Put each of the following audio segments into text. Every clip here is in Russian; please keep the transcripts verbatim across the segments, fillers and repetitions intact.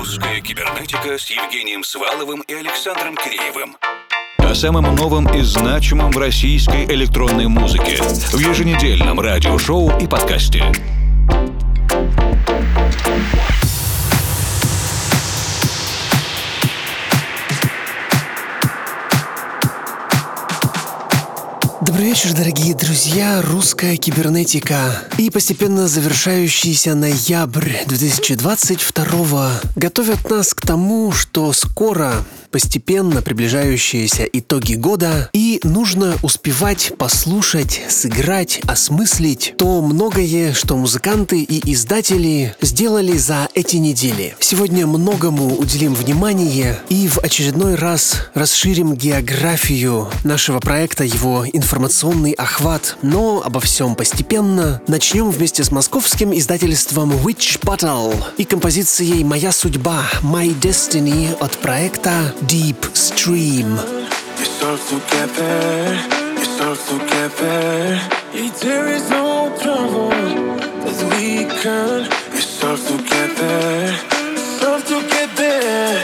«Русская кибернетика» с Евгением Сваловым и Александром Киреевым. О самом новом и значимом в российской электронной музыке в еженедельном радиошоу и подкасте. Добрый вечер, дорогие друзья. Русская кибернетика и постепенно завершающийся ноябрь две тысячи двадцать второго готовят нас к тому, что скоро постепенно приближающиеся итоги года, и нужно успевать послушать, сыграть, осмыслить то многое, что музыканты и издатели сделали за эти недели. Сегодня многому уделим внимание и в очередной раз расширим географию нашего проекта, его информационный охват, но обо всем постепенно. Начнем вместе с московским издательством Witch Bottle и композицией «Моя судьба» My Destiny от проекта Deep Stream. It's all together, it's all together. There is no trouble that we can. It's all together, it's all together.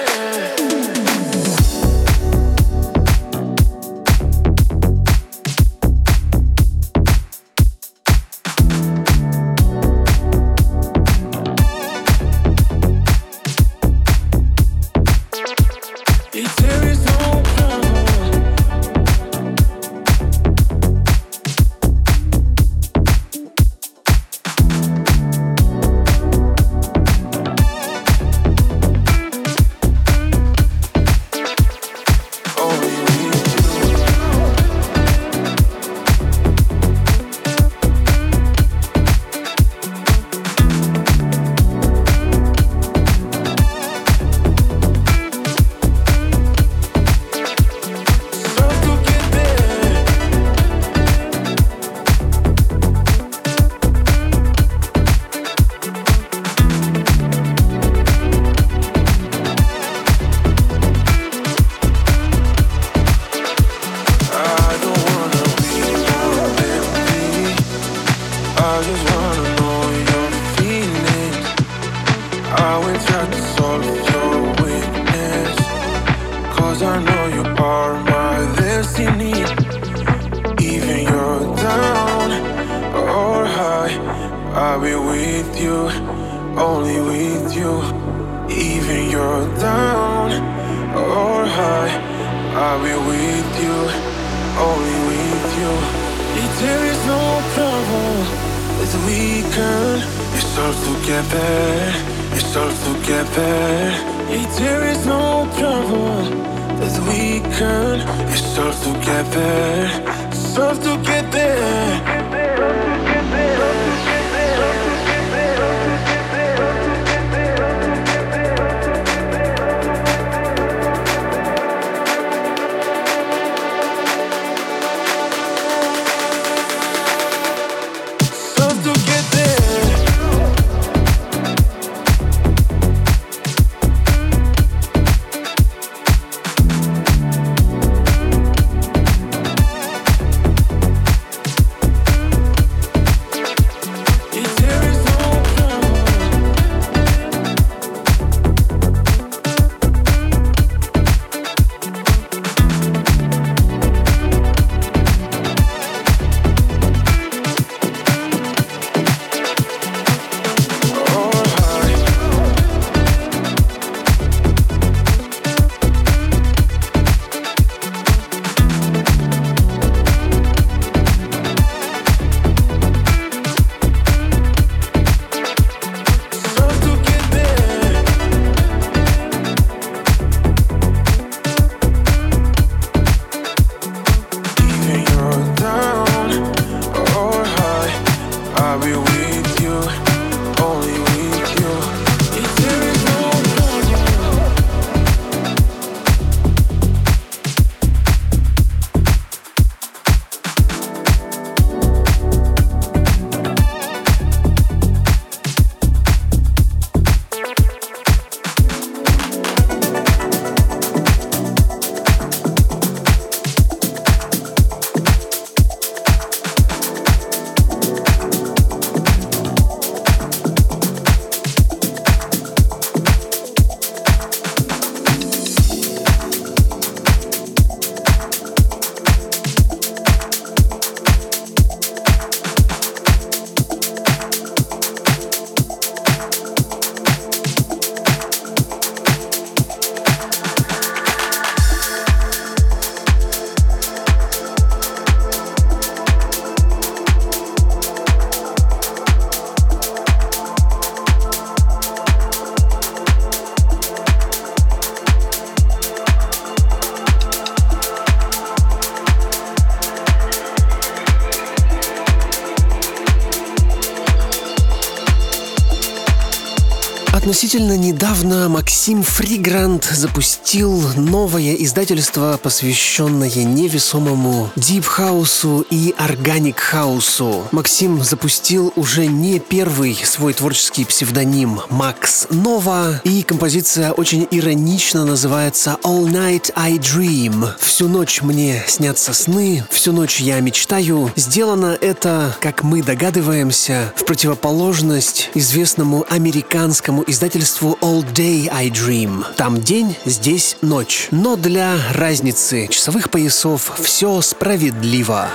Относительно недавно Максим Фригрант запустил новое издательство, посвященное невесомому дип-хаусу и органик-хаусу. Максим запустил уже не первый свой творческий псевдоним Макс Нова, и композиция очень иронично называется «All Night I Dream». «Всю ночь мне снятся сны, всю ночь я мечтаю». Сделано это, как мы догадываемся, в противоположность известному американскому издательству All Day I Dream. Там день, здесь ночь. Но для разницы часовых поясов все справедливо.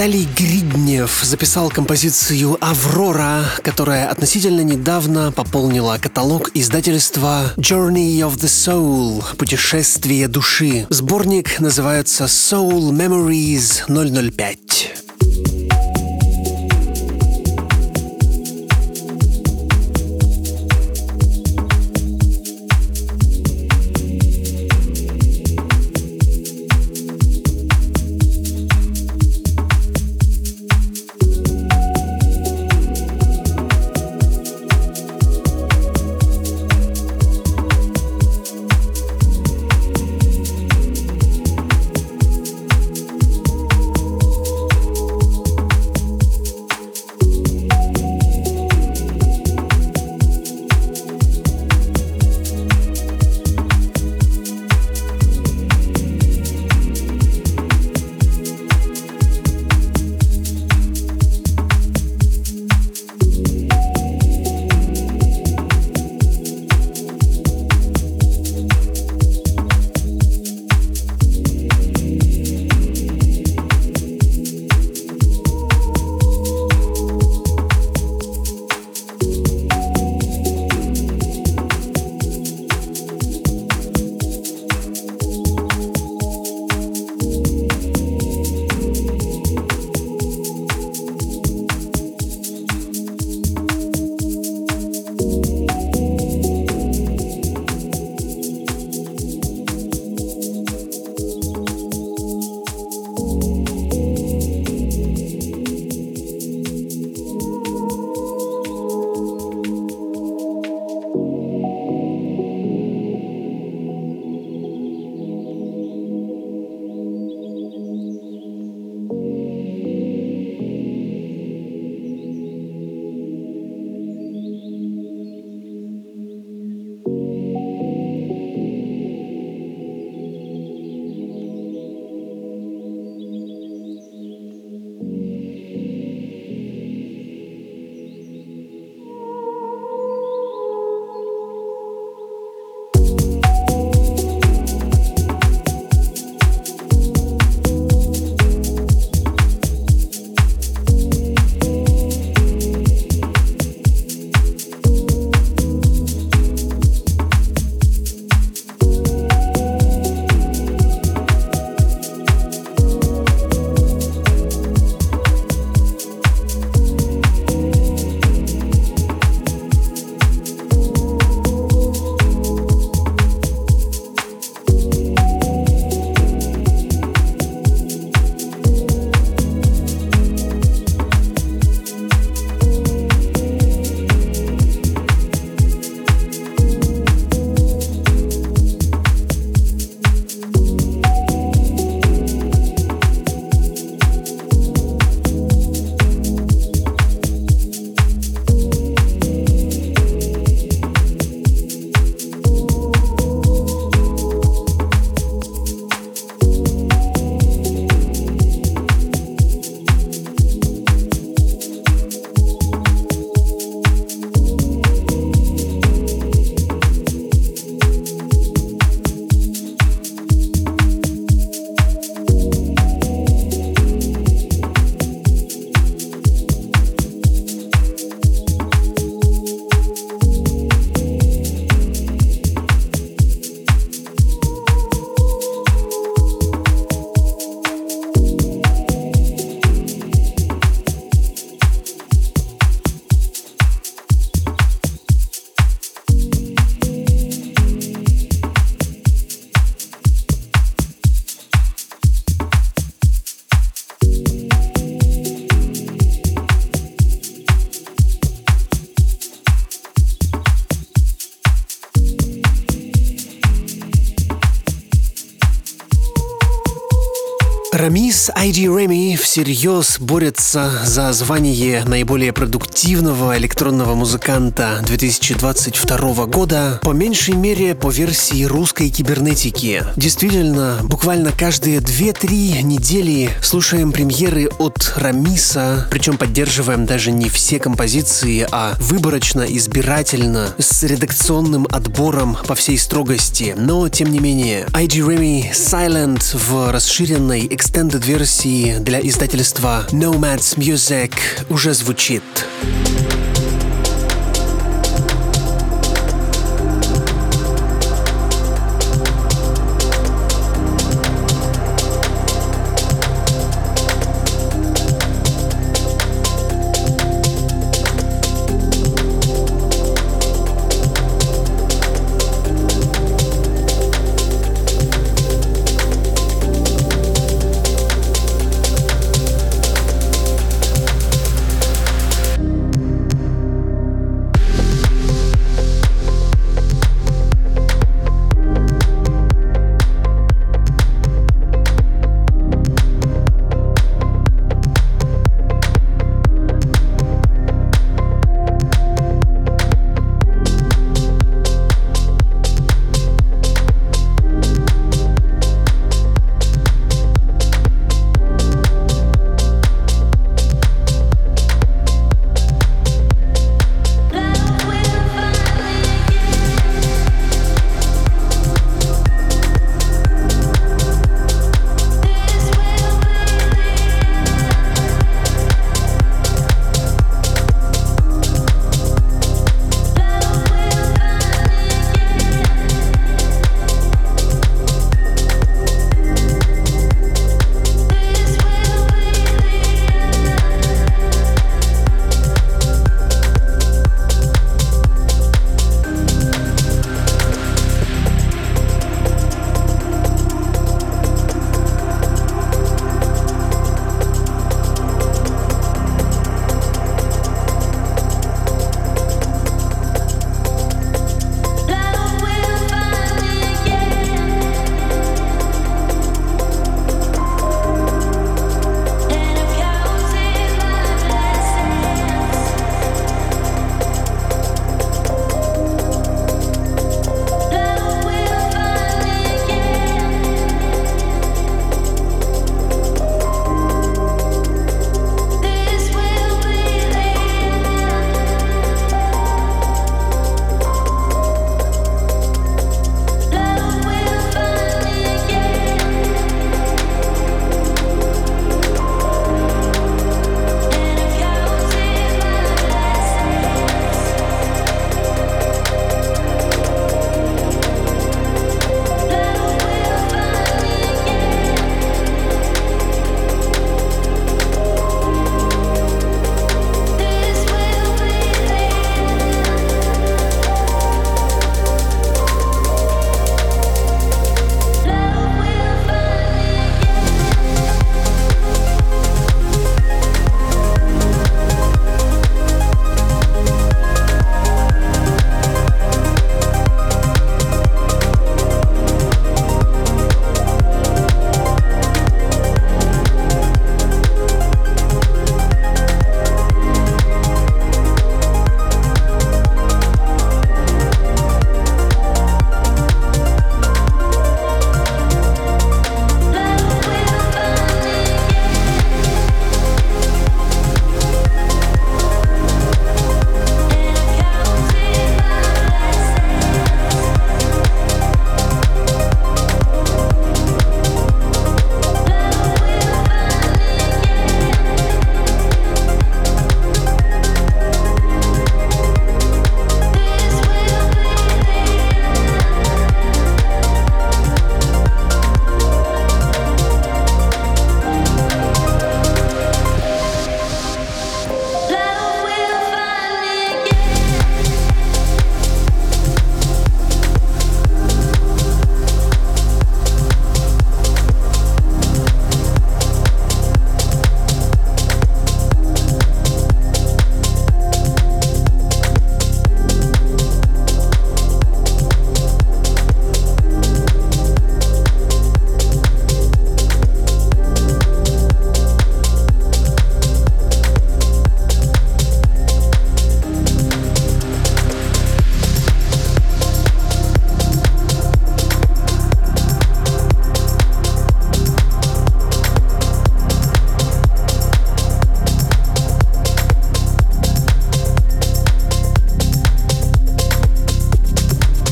Виталий Гриднев записал композицию «Аврора», которая относительно недавно пополнила каталог издательства Journey of the Soul – «Путешествие души». Сборник называется Soul Memories ноль ноль пять. Рамис ай ди Remy всерьез борется за звание наиболее продуктивного электронного музыканта две тысячи двадцать второго года, по меньшей мере по версии русской кибернетики. Действительно, буквально каждые две-три недели слушаем премьеры от Рамиса, причем поддерживаем даже не все композиции, а выборочно, избирательно, с редакционным отбором по всей строгости. Но, тем не менее, ай ди Remy Silent в расширенной экстендed экстендед-версии для издательства Nomads Music уже звучит.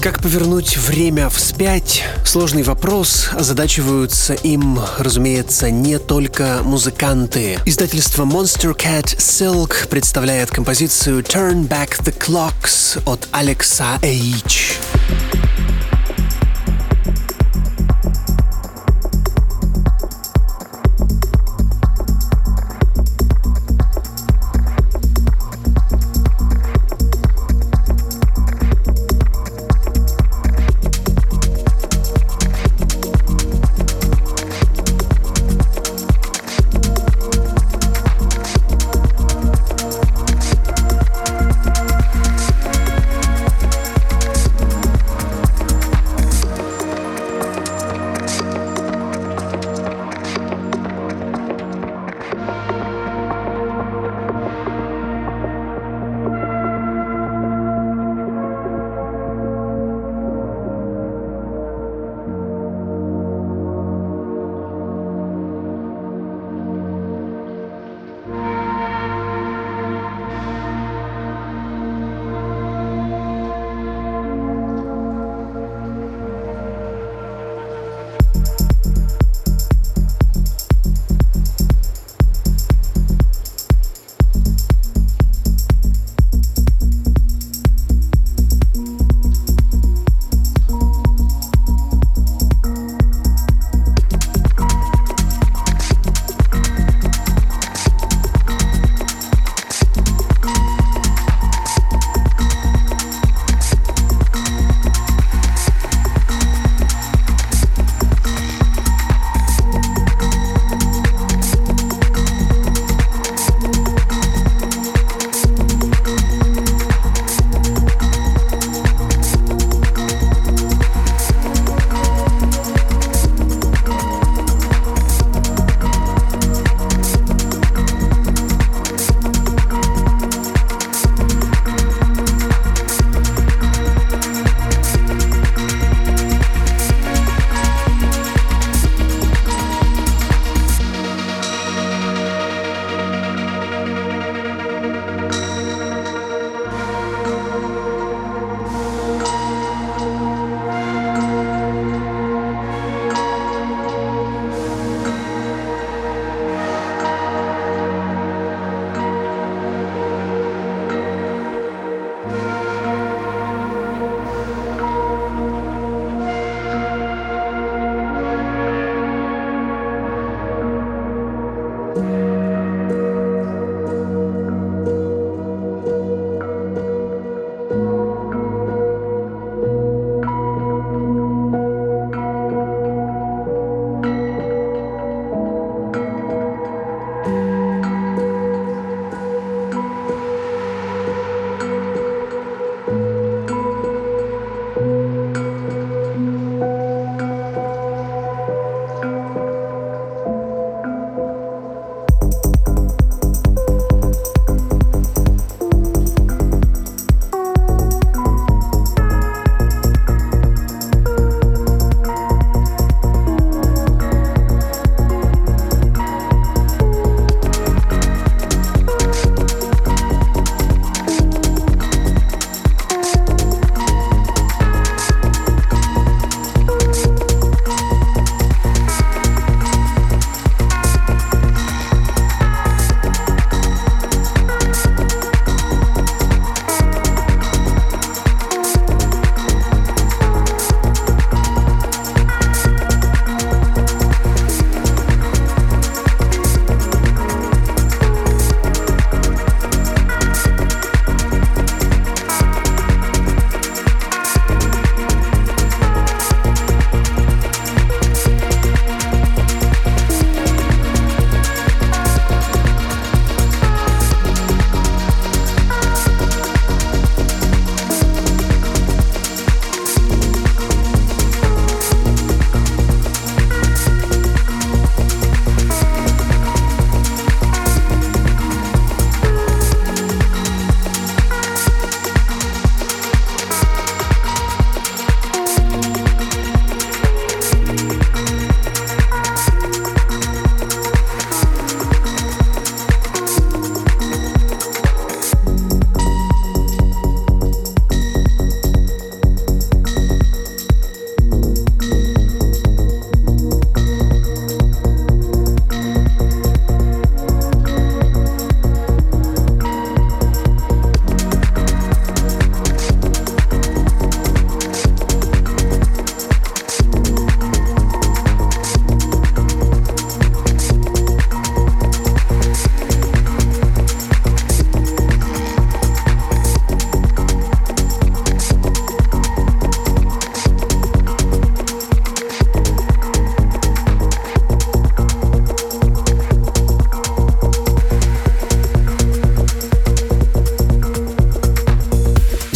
Как повернуть время вспять? Сложный вопрос. Озадачиваются им, разумеется, не только музыканты. Издательство Monster Cat Silk представляет композицию Turn Back the Clocks от Алекса Эйч.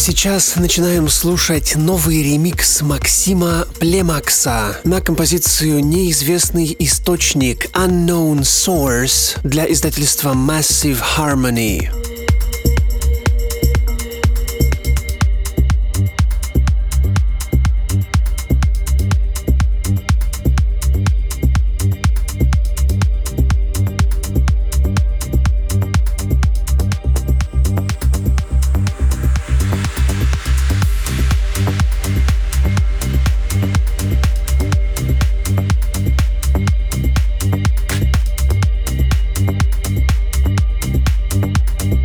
Сейчас начинаем слушать новый ремикс Максима Племакса на композицию «Неизвестный источник» Unknown Source для издательства Massive Harmony. We'll be right back.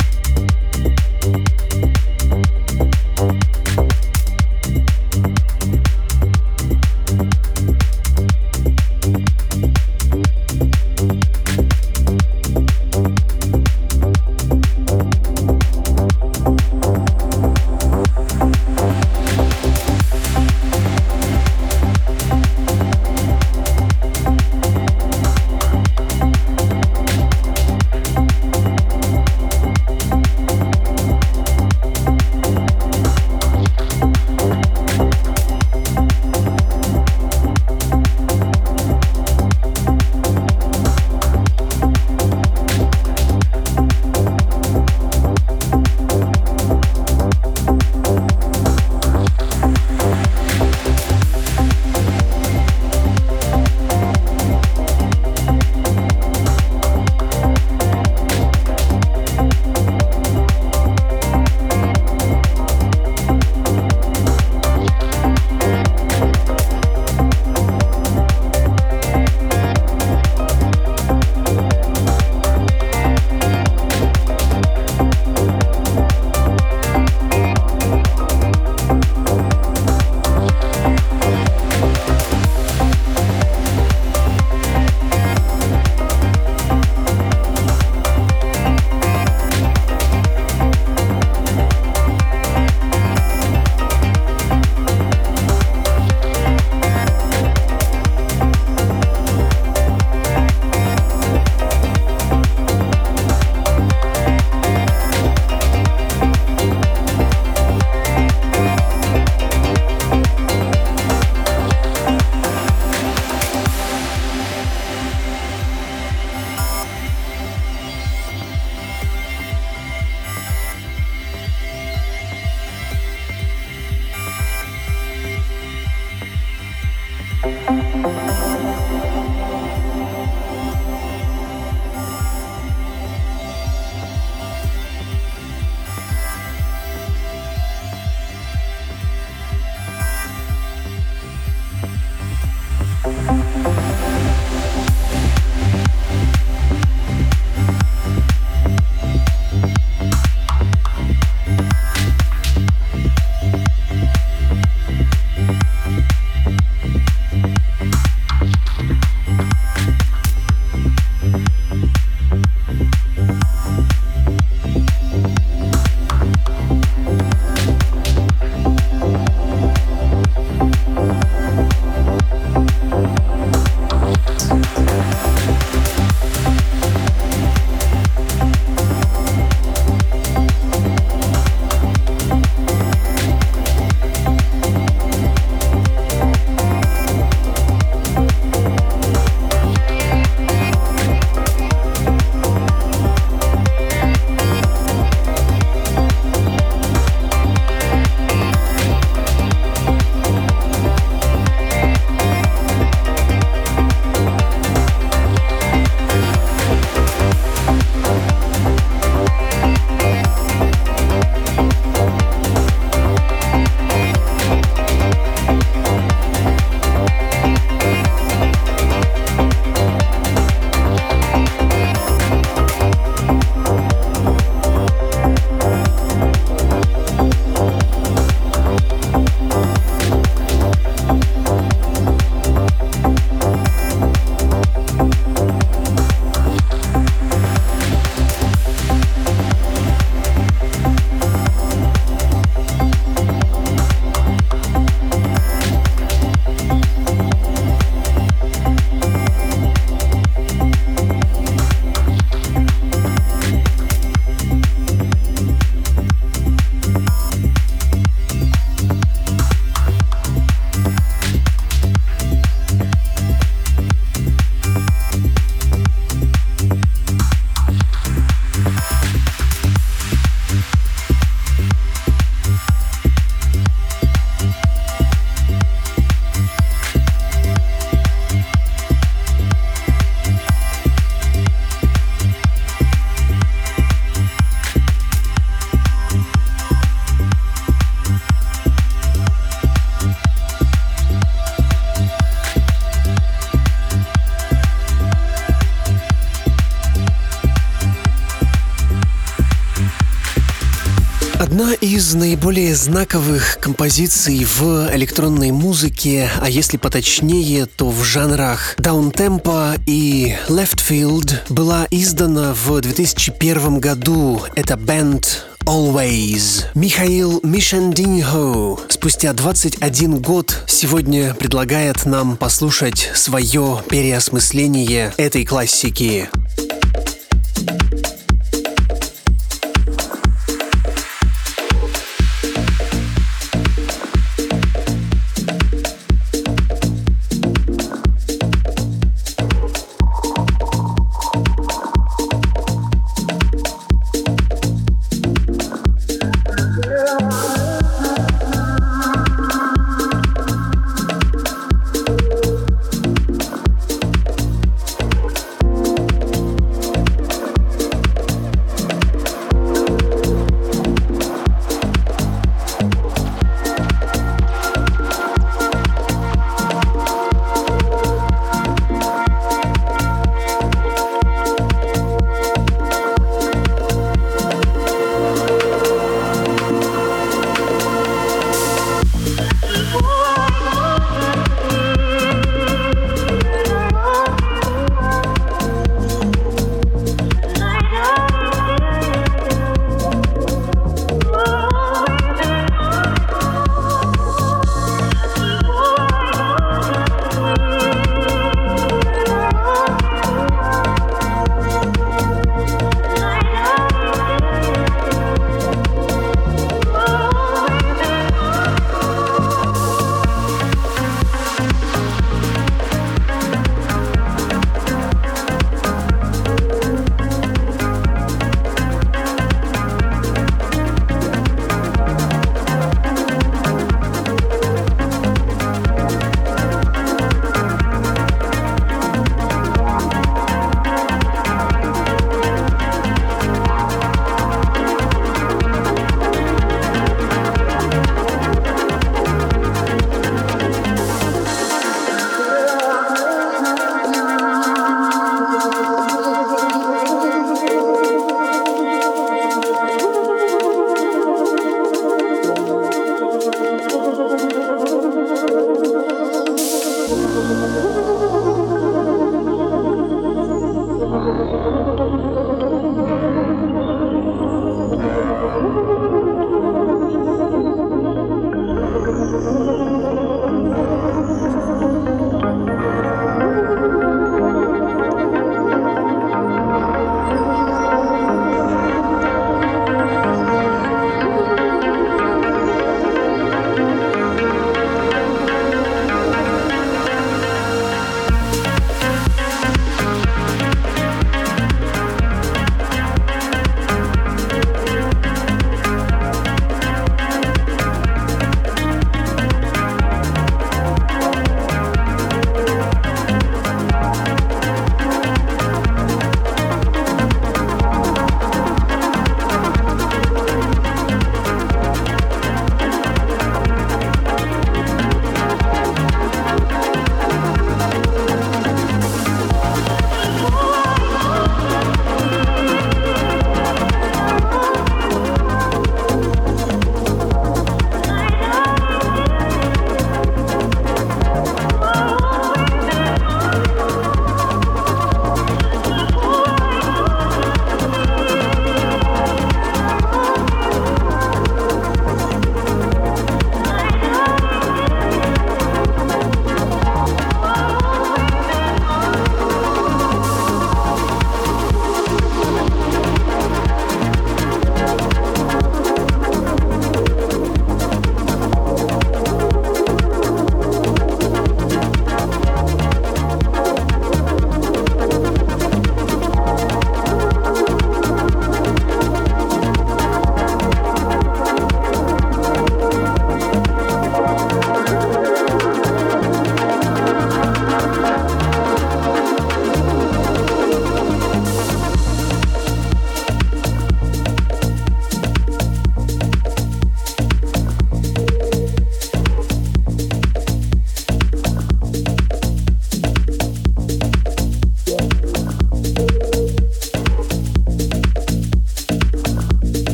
Одна из наиболее знаковых композиций в электронной музыке, а если поточнее, то в жанрах даунтемпо и лефтфилд, была издана в две тысячи первом году. Это бэнд Always. Михаил Мишандиньо спустя двадцать один год сегодня предлагает нам послушать свое переосмысление этой классики.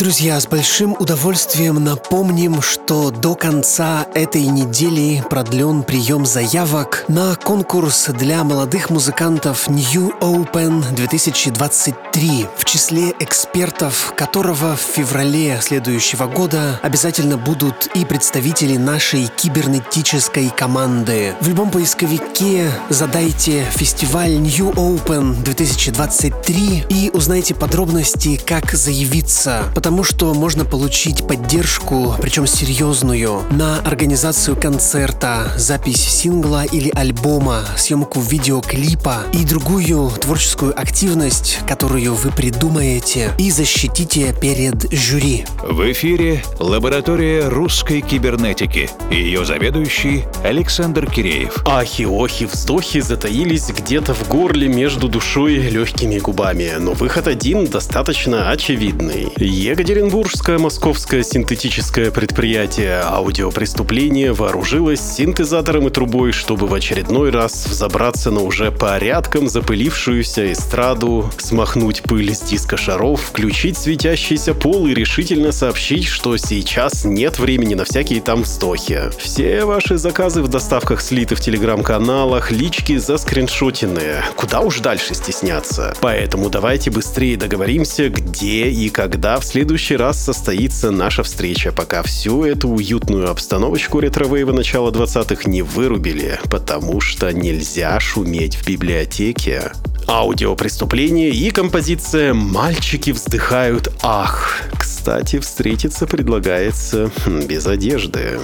Друзья, с большим удовольствием напомним, что до конца этой недели продлен прием заявок на конкурс для молодых музыкантов New Open две тысячи двадцать три, в числе экспертов которого в феврале следующего года обязательно будут и представители нашей кибернетической команды. В любом поисковике задайте «Фестиваль New Open две тысячи двадцать три» и узнайте подробности, как заявиться, потому что можно получить поддержку, причем серьезную, на организацию концерта, запись сингла или альбома, съемку видеоклипа и другую творческую активность, которую вы придумаете и защитите перед жюри. В эфире лаборатория русской кибернетики и ее заведующий Александр Киреев. Ахи-охи, вздохи затаились где-то в горле между душой и легкими губами, но выход один достаточно очевидный. Екатеринбургское московское синтетическое предприятие аудиопреступления вооружилось синтезатором и трубой, чтобы в очередной раз взобраться на уже порядком запылившуюся эстраду, смахнуть пыль с диска шаров, включить светящийся пол и решительно сообщить, что сейчас нет времени на всякие там вздохи. Все ваши заказы в доставках слиты в телеграм-каналах, лички заскриншотены. Куда уж дальше стесняться. Поэтому давайте быстрее договоримся, где и когда в следующий раз состоится наша встреча, пока всю эту уютную обстановочку ретро-вейва начала двадцатых не вырубили, потому что нельзя шуметь в библиотеке. Аудиопреступление и композиция «Мальчики вздыхают, ах». Кстати, встретиться предлагается без одежды.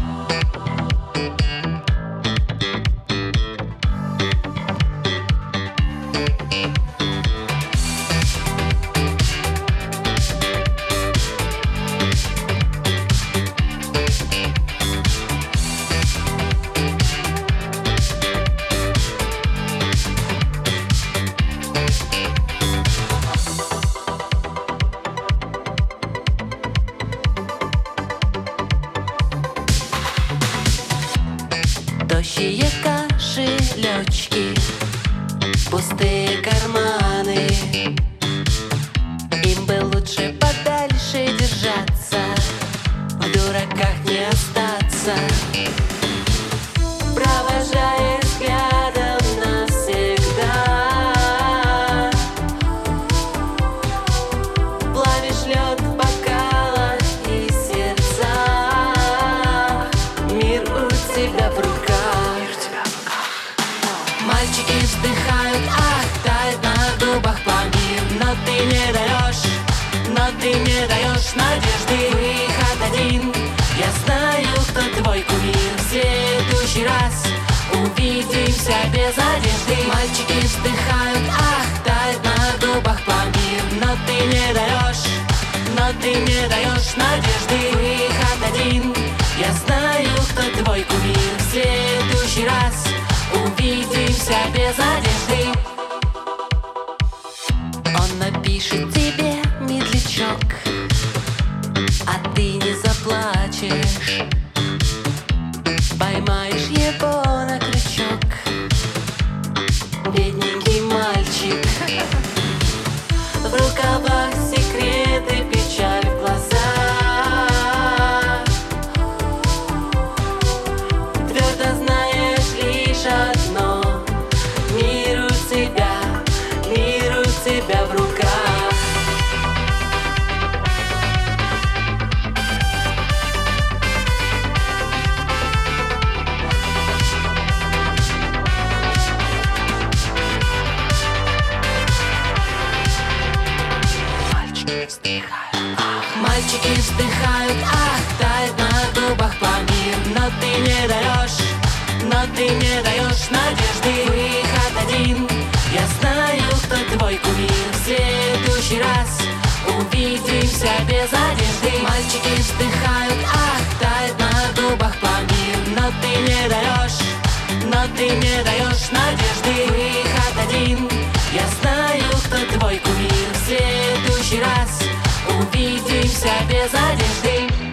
Тощие кошелечки, пустые карманы. Им бы лучше подальше держаться, в дураках не остаться. Провожая взглядом навсегда, плавишь лед в бокалах и сердцах. Мир у тебя в руках. Мальчики вздыхают, ах, тает на губах пламя, но ты не даешь, но ты не даешь надежды. Выход один, я знаю, кто твой кумир. В следующий раз увидимся без одежды. Мальчики вздыхают, ах, тает на губах пламя, но ты не даешь, но ты не даешь надежды. Выход один, я знаю, кто твой кумир. В следующий раз увидимся без одежды. Он напишет тебе медлячок, а ты не заплачешь. Поймаешь его на крючок, бедненький мальчик. В рукавах секреты, печаль в глазах. Твердо знаешь лишь одно: мир у тебя, мир у тебя в руках. Мальчики вздыхают, ах, тает на губах пламя, но ты не даешь, но ты не даешь надежды. Выход один, я знаю, кто твой кумир. В следующий раз увидимся без одежды. Мальчики вздыхают, ах, тает на губах пламя, но ты не даешь, но ты не даешь надежды. Выход один, я знаю, кто твой кумир. В следующий раз увидимся без одежды.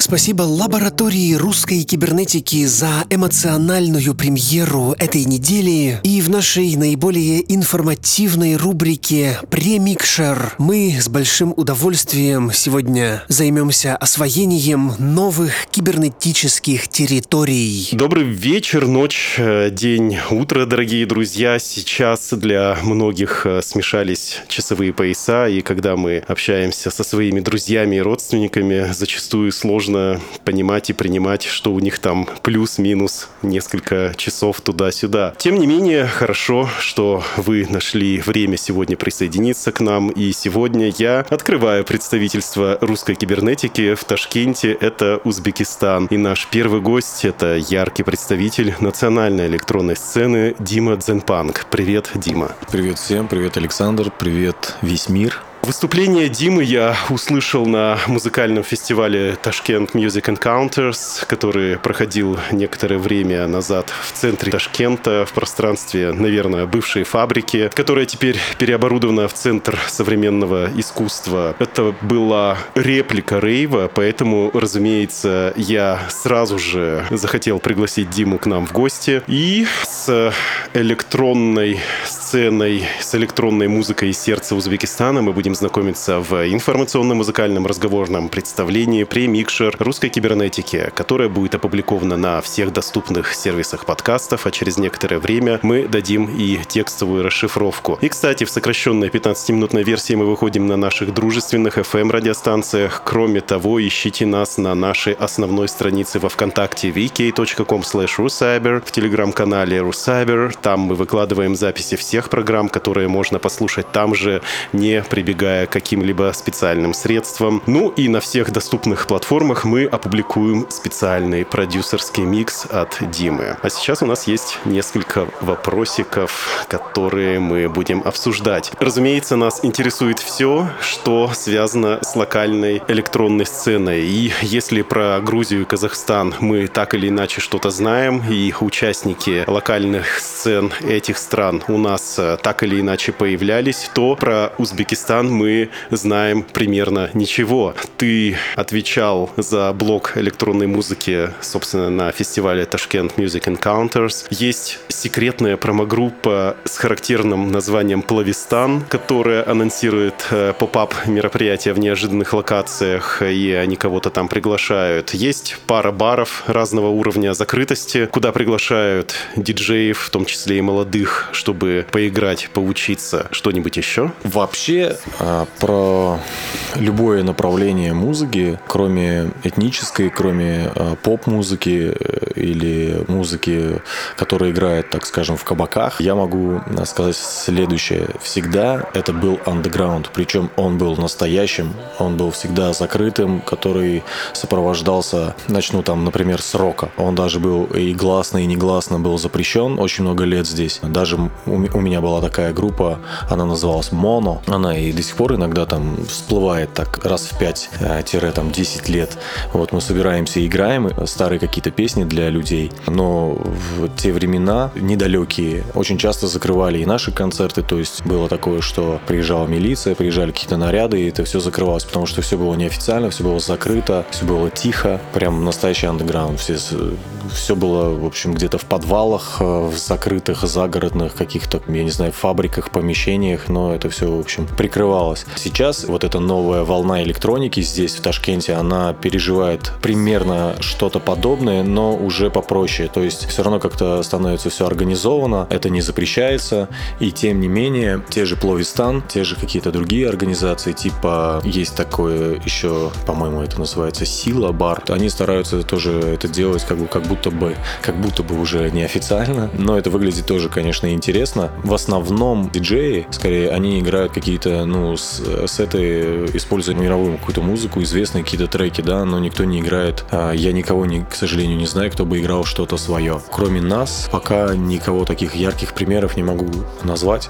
Спасибо лаборатории русской кибернетики за эмоциональную премьеру этой недели. И в нашей наиболее информативной рубрике «Премикшер» мы с большим удовольствием сегодня займемся освоением новых кибернетических территорий. Добрый вечер, ночь, день, утро, дорогие друзья. Сейчас для многих смешались часовые пояса, и когда мы общаемся со своими друзьями и родственниками, зачастую сложно понимать и принимать, что у них там плюс-минус несколько часов туда-сюда. Тем не менее, хорошо, что вы нашли время сегодня присоединиться к нам, и сегодня я открываю представительство русской кибернетики в Ташкенте, это Узбекистан. И наш первый гость — это яркий представитель национальной электронной сцены Дима Дзенпанк. Привет, Дима. Привет всем, привет, Александр, привет, весь мир. Выступление Димы я услышал на музыкальном фестивале Tashkent Music Encounters, который проходил некоторое время назад в центре Ташкента, в пространстве, наверное, бывшей фабрики, которая теперь переоборудована в Центр современного искусства. Это была реплика рейва, поэтому, разумеется, я сразу же захотел пригласить Диму к нам в гости. И с электронной сценой, с электронной музыкой из сердца Узбекистана мы будем знакомиться в информационно-музыкальном разговорном представлении «Премикшер» русской кибернетики, которое будет опубликовано на всех доступных сервисах подкастов, а через некоторое время мы дадим и текстовую расшифровку. И, кстати, в сокращенной пятнадцатиминутной версии мы выходим на наших дружественных эф эм-радиостанциях. Кроме того, ищите нас на нашей основной странице во ВКонтакте ви кей точка ком слэш русайбер, в телеграм-канале Русайбер. Там мы выкладываем записи всех программ, которые можно послушать там же, не прибегая к каким-либо специальным средствам. Ну и на всех доступных платформах мы опубликуем специальный продюсерский микс от Димы. А сейчас у нас есть несколько вопросиков, которые мы будем обсуждать. Разумеется, нас интересует все, что связано с локальной электронной сценой. И если про Грузию и Казахстан мы так или иначе что-то знаем, и участники локальных сцен этих стран у нас так или иначе появлялись, то про Узбекистан мы знаем примерно ничего. Ты отвечал за блок электронной музыки, собственно, на фестивале Tashkent Music Encounters. Есть секретная промо-группа с характерным названием «Плавистан», которая анонсирует поп-ап мероприятия в неожиданных локациях, и они кого-то там приглашают. Есть пара баров разного уровня закрытости, куда приглашают диджеев, в том числе и молодых, чтобы поиграть, поучиться. Что-нибудь еще? Вообще, про любое направление музыки, кроме этнической, кроме поп-музыки или музыки, которая играет, так скажем, в кабаках, я могу сказать следующее. Всегда это был андеграунд, причем он был настоящим, он был всегда закрытым, который сопровождался, начну там, например, с рока. Он даже был и гласно, и негласно был запрещен очень много лет здесь. Даже у меня была такая группа, она называлась «Моно». Она и до сих пор иногда там всплывает так раз в пять-десять лет. Вот мы собираемся и играем старые какие-то песни для людей. Но в те времена недалекие очень часто закрывали и наши концерты. То есть было такое, что приезжала милиция, приезжали какие-то наряды, и это все закрывалось, потому что все было неофициально, все было закрыто, все было тихо. Прям настоящий андеграунд. Все, все было, в общем, где-то в подвалах, в закрытых, загородных каких-то, я не знаю, фабриках, помещениях, но это все, в общем, прикрывалось. Сейчас вот эта новая волна электроники здесь, в Ташкенте, она переживает примерно что-то подобное, но уже попроще. То есть все равно как-то становится все организовано, это не запрещается, и тем не менее, те же Плавистан, те же какие-то другие организации, типа есть такое еще, по-моему, это называется Сила бар, они стараются тоже это делать как бы как будто бы, как будто бы уже неофициально, но это выглядит тоже, конечно, интересно. В основном диджеи, скорее, они играют какие-то, ну, с, сеты, используя мировую какую-то музыку, известные какие-то треки, да, но никто не играет. Я никого, не, к сожалению, не знаю, кто бы играл что-то свое. Кроме нас, пока никого таких ярких примеров не могу назвать,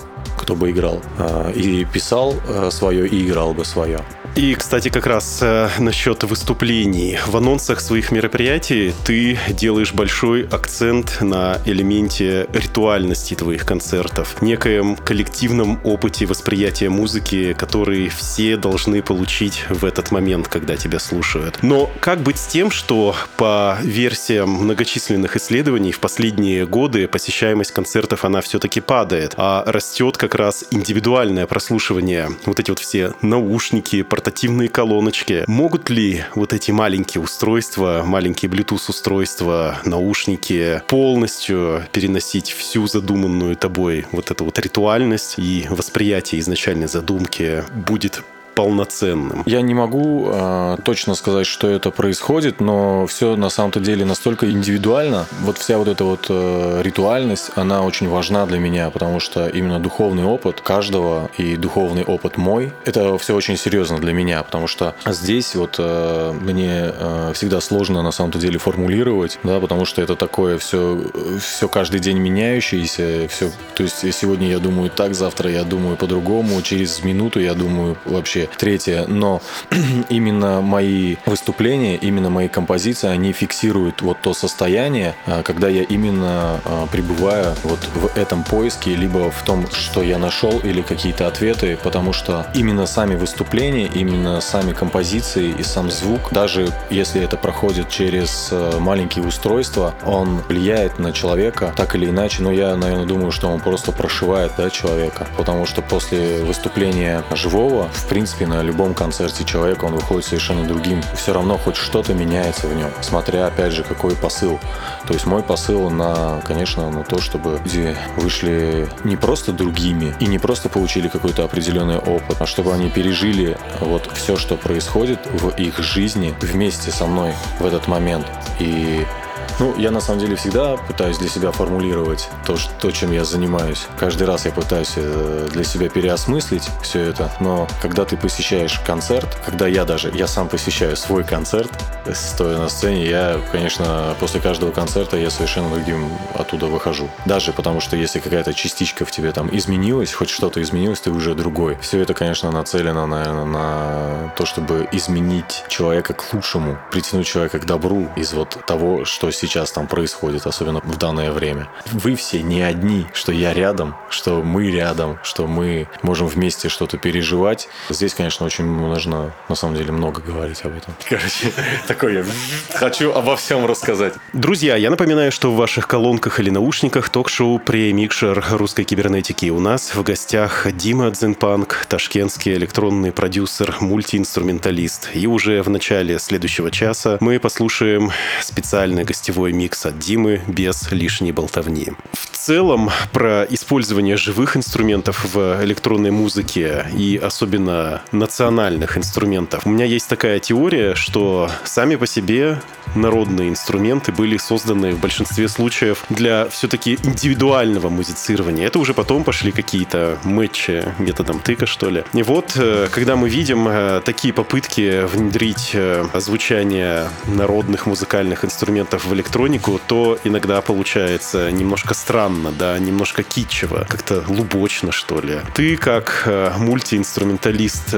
кто бы играл. И писал свое, и играл бы свое. И, кстати, как раз э, насчет выступлений. В анонсах своих мероприятий ты делаешь большой акцент на элементе ритуальности твоих концертов, некоем коллективном опыте восприятия музыки, который все должны получить в этот момент, когда тебя слушают. Но как быть с тем, что по версиям многочисленных исследований в последние годы посещаемость концертов, она все-таки падает, а растет как раз индивидуальное прослушивание, вот эти вот все наушники, портативные колоночки. Могут ли вот эти маленькие устройства, маленькие Bluetooth-устройства, наушники полностью переносить всю задуманную тобой вот эту вот ритуальность, и восприятие изначальной задумки будет полноценным? Я не могу э, точно сказать, что это происходит, но все на самом-то деле настолько индивидуально. Вот вся вот эта вот э, ритуальность, она очень важна для меня, потому что именно духовный опыт каждого и духовный опыт мой, это все очень серьезно для меня, потому что здесь вот э, мне э, всегда сложно на самом-то деле формулировать, да, потому что это такое все, все каждый день меняющееся, все, то есть сегодня я думаю так, завтра я думаю по-другому, через минуту я думаю вообще третье, но именно мои выступления, именно мои композиции, они фиксируют вот то состояние, когда я именно пребываю вот в этом поиске, либо в том, что я нашел, или какие-то ответы, потому что именно сами выступления, именно сами композиции и сам звук, даже если это проходит через маленькие устройства, он влияет на человека так или иначе, но я, наверное, думаю, что он просто прошивает, да, человека, потому что после выступления живого, в принципе, на любом концерте человека он выходит совершенно другим. Все равно хоть что-то меняется в нем, смотря, опять же, какой посыл. То есть мой посыл на, конечно, на то, чтобы люди вышли не просто другими и не просто получили какой-то определенный опыт, а чтобы они пережили вот все, что происходит в их жизни вместе со мной в этот момент. И ну, я на самом деле всегда пытаюсь для себя формулировать то, что, чем я занимаюсь. Каждый раз я пытаюсь для себя переосмыслить все это, но когда ты посещаешь концерт, когда я даже, я сам посещаю свой концерт, стоя на сцене, я, конечно, после каждого концерта я совершенно другим оттуда выхожу. Даже потому, что если какая-то частичка в тебе там изменилась, хоть что-то изменилось, ты уже другой. Все это, конечно, нацелено, наверное, на то, чтобы изменить человека к лучшему, притянуть человека к добру из вот того, что сейчас сейчас там происходит, особенно в данное время. Вы все не одни, что я рядом, что мы рядом, что мы можем вместе что-то переживать. Здесь, конечно, очень нужно, на самом деле, много говорить об этом. Короче, такой я хочу обо всем рассказать. Друзья, я напоминаю, что в ваших колонках или наушниках ток-шоу «Премикшер русской кибернетики». У нас в гостях Дима Дзенпанк, ташкентский электронный продюсер, мультиинструменталист. И уже в начале следующего часа мы послушаем специальный гостевой микс от Димы без лишней болтовни. В целом, про использование живых инструментов в электронной музыке и особенно национальных инструментов. У меня есть такая теория, что сами по себе народные инструменты были созданы в большинстве случаев для все-таки индивидуального музицирования. Это уже потом пошли какие-то мэтчи методом тыка, что ли. И вот, когда мы видим такие попытки внедрить звучание народных музыкальных инструментов в электронику, то иногда получается немножко странно, да, немножко китчево, как-то лубочно, что ли. Ты, как мультиинструменталист,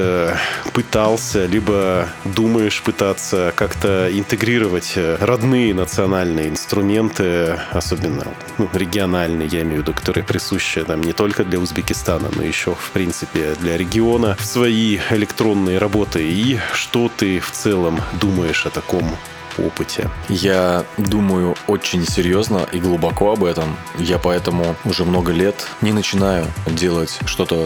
пытался, либо думаешь пытаться как-то интегрировать родные национальные инструменты, особенно ну, региональные, я имею в виду, которые присущи там не только для Узбекистана, но еще, в принципе, для региона, в свои электронные работы. И что ты в целом думаешь о таком опыте? Я думаю очень серьезно и глубоко об этом. Я поэтому уже много лет не начинаю делать что-то,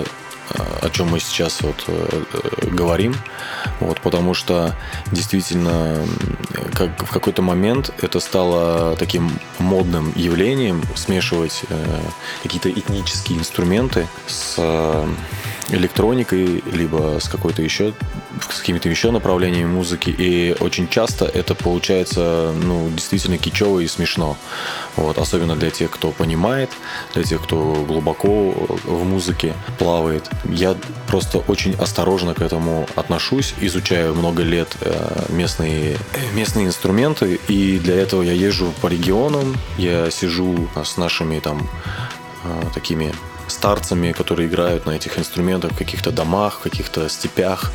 о чем мы сейчас вот э, говорим, вот, потому что действительно как в какой-то момент это стало таким модным явлением смешивать э, какие-то этнические инструменты с э, электроникой, либо с какой-то еще, с какими-то еще направлениями музыки, и очень часто это получается, ну, действительно кичево и смешно, вот, особенно для тех, кто понимает, для тех, кто глубоко в музыке плавает. Я просто очень осторожно к этому отношусь, изучаю много лет местные, местные инструменты, и для этого я езжу по регионам, я сижу с нашими там такими старцами, которые играют на этих инструментах в каких-то домах, в каких-то степях,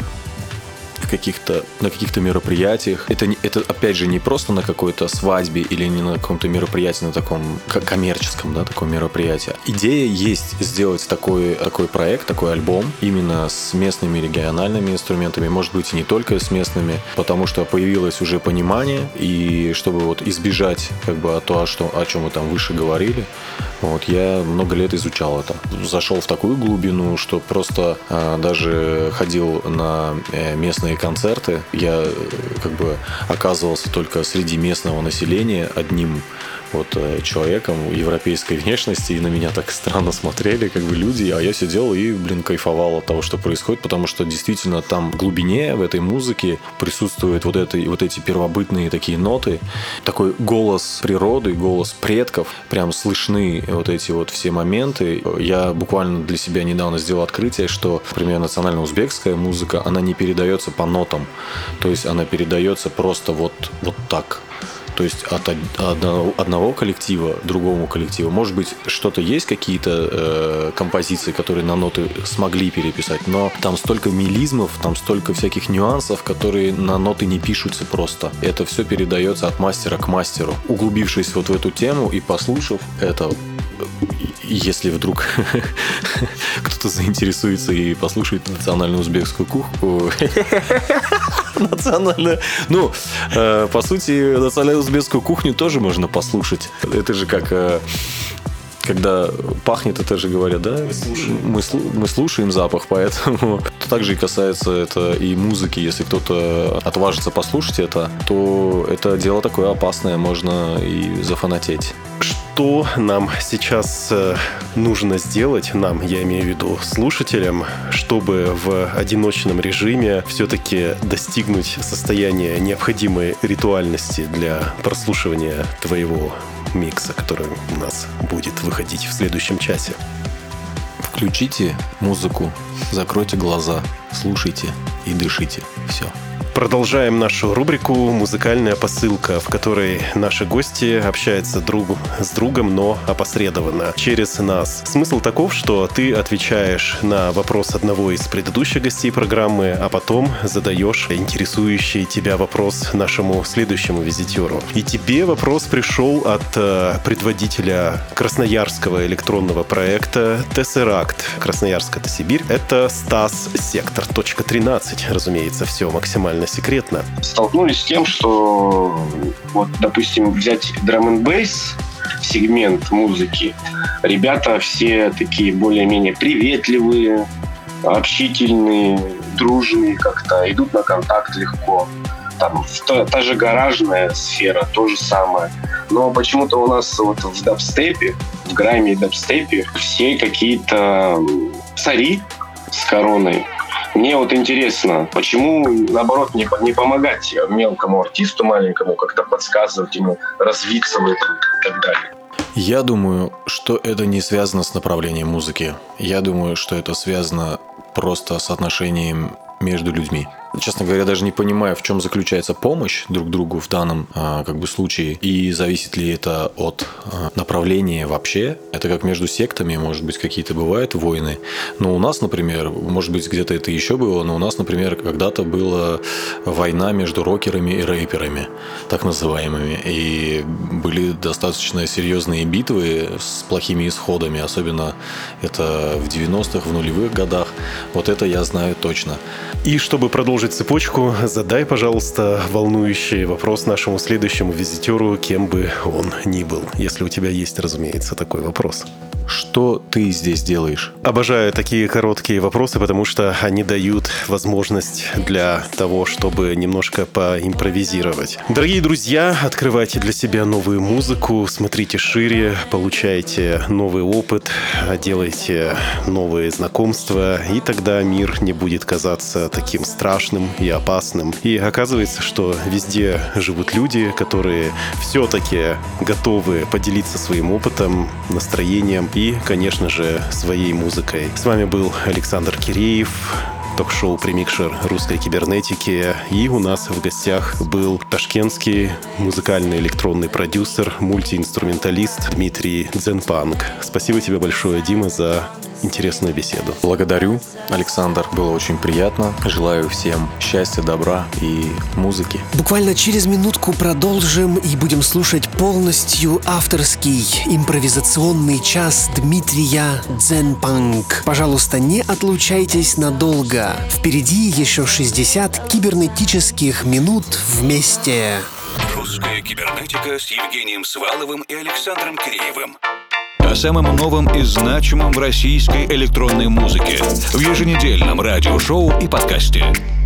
в каких-то, на каких-то мероприятиях. Это, не, это, опять же, не просто на какой-то свадьбе или не на каком-то мероприятии, на таком коммерческом, да, таком мероприятии. Идея есть сделать такой, такой проект, такой альбом именно с местными региональными инструментами, может быть, и не только с местными, потому что появилось уже понимание, и чтобы вот избежать как бы то, что, о чем мы там выше говорили, вот, я много лет изучал это. Зашел в такую глубину, что просто а, даже ходил на э, местные концерты. Я как бы оказывался только среди местного населения одним вот человеком европейской внешности, и на меня так странно смотрели как бы люди, а я сидел и, блин, кайфовал от того, что происходит, потому что действительно там в глубине, в этой музыке присутствуют вот, это, вот эти первобытные такие ноты, такой голос природы, голос предков, прям слышны вот эти вот все моменты. Я буквально для себя недавно сделал открытие, что, например, национально-узбекская музыка, она не передается по нотам, то есть она передается просто вот, вот так. То есть от одного, одного коллектива к другому коллективу. Может быть, что-то есть, какие-то э, композиции, которые на ноты смогли переписать, но там столько мелизмов, там столько всяких нюансов, которые на ноты не пишутся просто. Это все передается от мастера к мастеру. Углубившись вот в эту тему и послушав это, если вдруг кто-то заинтересуется и послушает национальную узбекскую кухню, национальную, ну, э, по сути, национальную узбекскую кухню тоже можно послушать. Это же как, э, когда пахнет, это же говорят, да? Мы слушаем, мы, мы слушаем запах, поэтому также и касается это и музыки. Если кто-то отважится послушать это, то это дело такое опасное, можно и зафанатеть. Что нам сейчас э, нужно сделать, нам, я имею в виду слушателям, чтобы в одиночном режиме все-таки достигнуть состояния необходимой ритуальности для прослушивания твоего микса, который у нас будет выходить в следующем часе? Включите музыку, закройте глаза, слушайте и дышите. Все. Продолжаем нашу рубрику «Музыкальная посылка», в которой наши гости общаются друг с другом, но опосредованно, через нас. Смысл таков, что ты отвечаешь на вопрос одного из предыдущих гостей программы, а потом задаешь интересующий тебя вопрос нашему следующему визитеру. И тебе вопрос пришел от э, предводителя красноярского электронного проекта Tesseract. Красноярск — это Сибирь. Это Стас, сектор точка тринадцать. Разумеется, все максимально секретно. Столкнулись с тем, что вот, допустим, взять драм-н-бейс сегмент музыки, ребята все такие более-менее приветливые, общительные, дружные как-то, идут на контакт легко. Там та, та же гаражная сфера, то же самое. Но почему-то у нас вот в дабстепе, в грайме и дабстепе все какие-то цари с короной. Мне вот интересно, почему, наоборот, не, не помогать мелкому артисту, маленькому, как-то подсказывать ему развиться в этом и так далее. Я думаю, что это не связано с направлением музыки. Я думаю, что это связано просто с отношением между людьми. Честно говоря, даже не понимаю, в чем заключается помощь друг другу в данном а, как бы случае, и зависит ли это от а, направления вообще. Это как между сектами, может быть, какие-то бывают войны. Но у нас, например, может быть, где-то это еще было, но у нас, например, когда-то была война между рокерами и рэперами, так называемыми. И были достаточно серьезные битвы с плохими исходами, особенно это в девяностых, в нулевых годах. Вот это я знаю точно. И чтобы продолжить цепочку, задай, пожалуйста, волнующий вопрос нашему следующему визитеру, кем бы он ни был, если у тебя есть, разумеется, такой вопрос. Что ты здесь делаешь? Обожаю такие короткие вопросы, потому что они дают возможность для того, чтобы немножко поимпровизировать. Дорогие друзья, открывайте для себя новую музыку, смотрите шире, получайте новый опыт, делайте новые знакомства, и тогда мир не будет казаться таким страшным и опасным. И оказывается, что везде живут люди, которые все-таки готовы поделиться своим опытом, настроением и, конечно же, своей музыкой. С вами был Александр Киреев. ток-шоу «Премикшер русской кибернетики». И у нас в гостях был ташкентский музыкальный электронный продюсер, мультиинструменталист Дмитрий Дзенпанк. Спасибо тебе большое, Дима, за интересную беседу. Благодарю, Александр. Было очень приятно. Желаю всем счастья, добра и музыки. Буквально через минутку продолжим и будем слушать полностью авторский импровизационный час Дмитрия Дзенпанк. Пожалуйста, не отлучайтесь надолго. Впереди еще шестьдесят кибернетических минут вместе. Русская кибернетика с Евгением Сваловым и Александром Киреевым. О самом новом и значимом в российской электронной музыке в еженедельном радиошоу и подкасте.